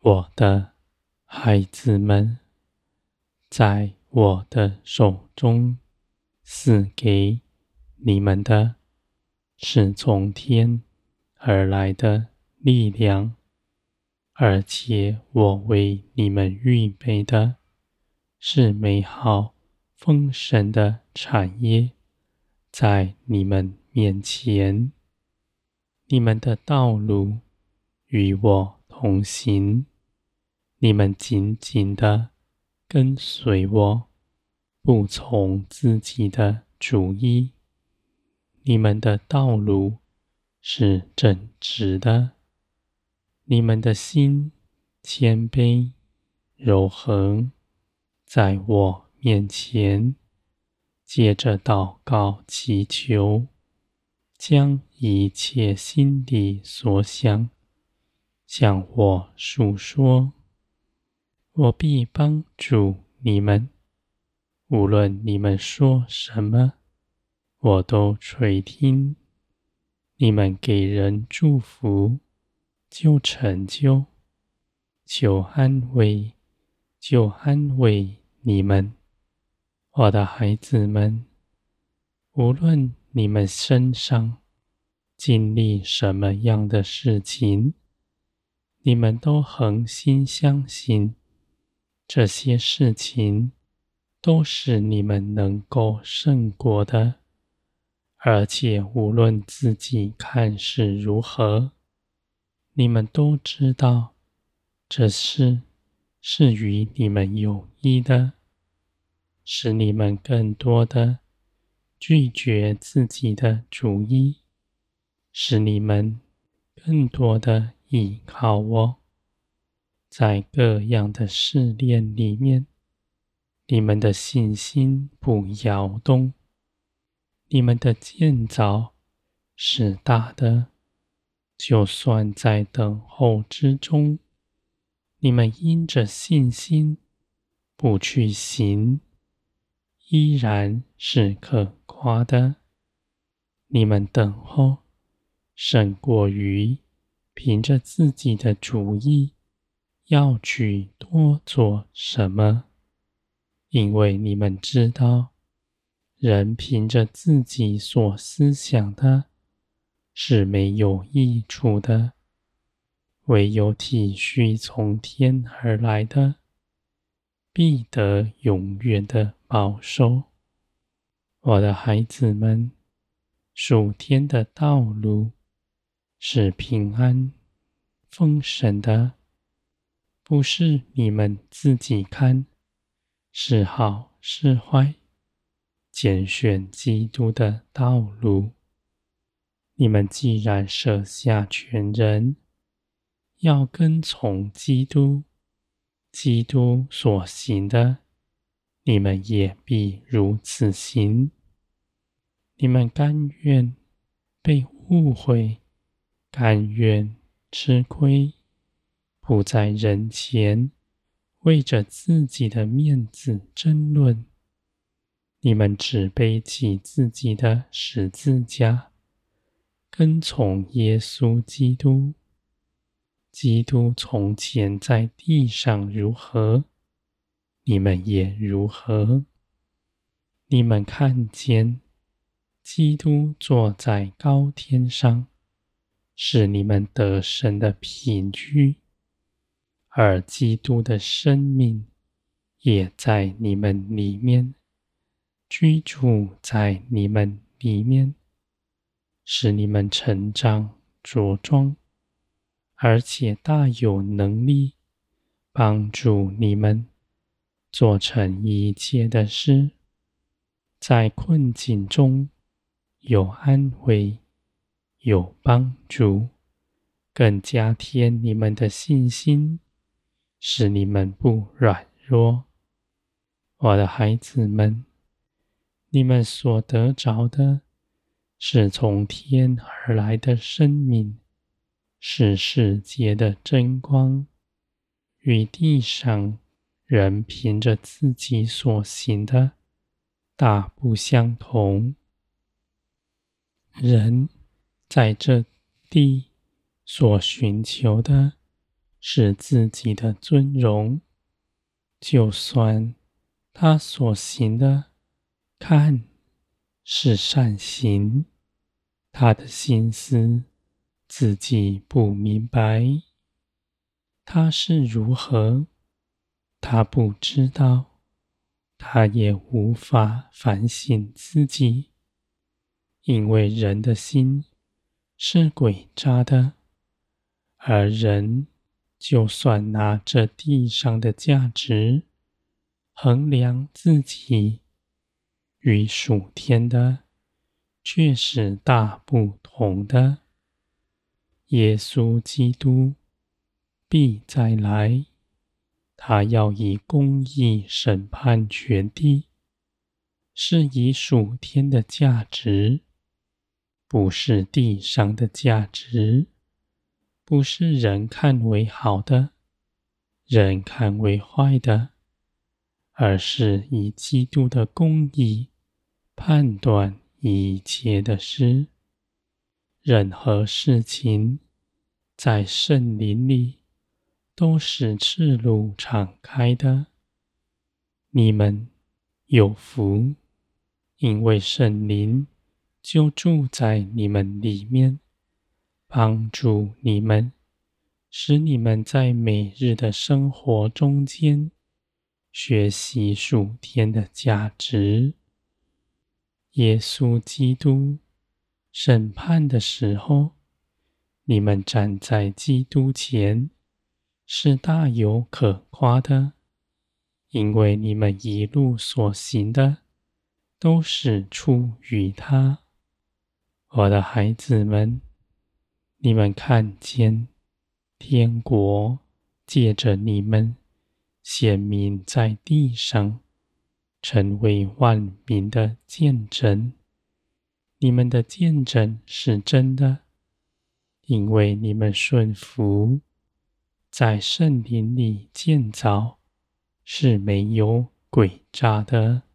我的孩子们，在我的手中赐给你们的，是从天而来的力量，而且我为你们预备的是美好丰盛的产业，在你们面前，你们的道路与我同行，你们紧紧地跟随我，不从自己的主意。你们的道路是正直的，你们的心谦卑柔和，在我面前，借着祷告祈求，将一切心里所想向我述说，我必帮助你们，无论你们说什么，我都垂听。你们给人祝福，就成就；求安慰，就安慰你们。我的孩子们，无论你们身上经历什么样的事情，你们都恒心相信，这些事情都是你们能够胜过的，而且无论自己看是如何，你们都知道这事是与你们有益的，使你们更多的拒绝自己的主意，使你们更多的依靠我。在各样的试炼里面，你们的信心不摇动，你们的建造是大的，就算在等候之中，你们因着信心不去行，依然是可夸的。你们等候胜过于凭着自己的主意要去多做什么，因为你们知道，人凭着自己所思想的是没有益处的，唯有体恤从天而来的，必得永远的保守。我的孩子们，属天的道路是平安丰盛的，不是你们自己看是好是坏，拣选基督的道路。你们既然舍下全人，要跟从基督，基督所行的，你们也必如此行。你们甘愿被误会，甘愿吃亏，不在人前为着自己的面子争论。你们只背起自己的十字架，跟从耶稣基督。基督从前在地上如何，你们也如何。你们看见基督坐在高天上，是你们得胜的凭据，而基督的生命也在你们里面，居住在你们里面，使你们成长茁壮，而且大有能力帮助你们做成一切的事，在困境中有安慰，有帮助，更加添你们的信心，使你们不软弱。我的孩子们，你们所得着的是从天而来的生命，是世界的真光，与地上人凭着自己所行的大不相同。人在这地所寻求的是自己的尊荣，就算他所行的看是善行，他的心思自己不明白，他是如何，他不知道，他也无法反省自己，因为人的心是诡诈的，而人就算拿这地上的价值衡量自己，与属天的却是大不同的。耶稣基督必再来，他要以公义审判全地，是以属天的价值，不是地上的价值，不是人看为好的，人看为坏的，而是以基督的公义判断一切的事。任何事情在圣灵里都是赤露敞开的。你们有福，因为圣灵就住在你们里面，帮助你们，使你们在每日的生活中间学习属天的价值。耶稣基督审判的时候，你们站在基督前是大有可夸的，因为你们一路所行的都是出于他。我的孩子们，你们看见天国借着你们显明在地上，成为万民的见证。你们的见证是真的，因为你们顺服，在圣灵里建造，是没有诡诈的。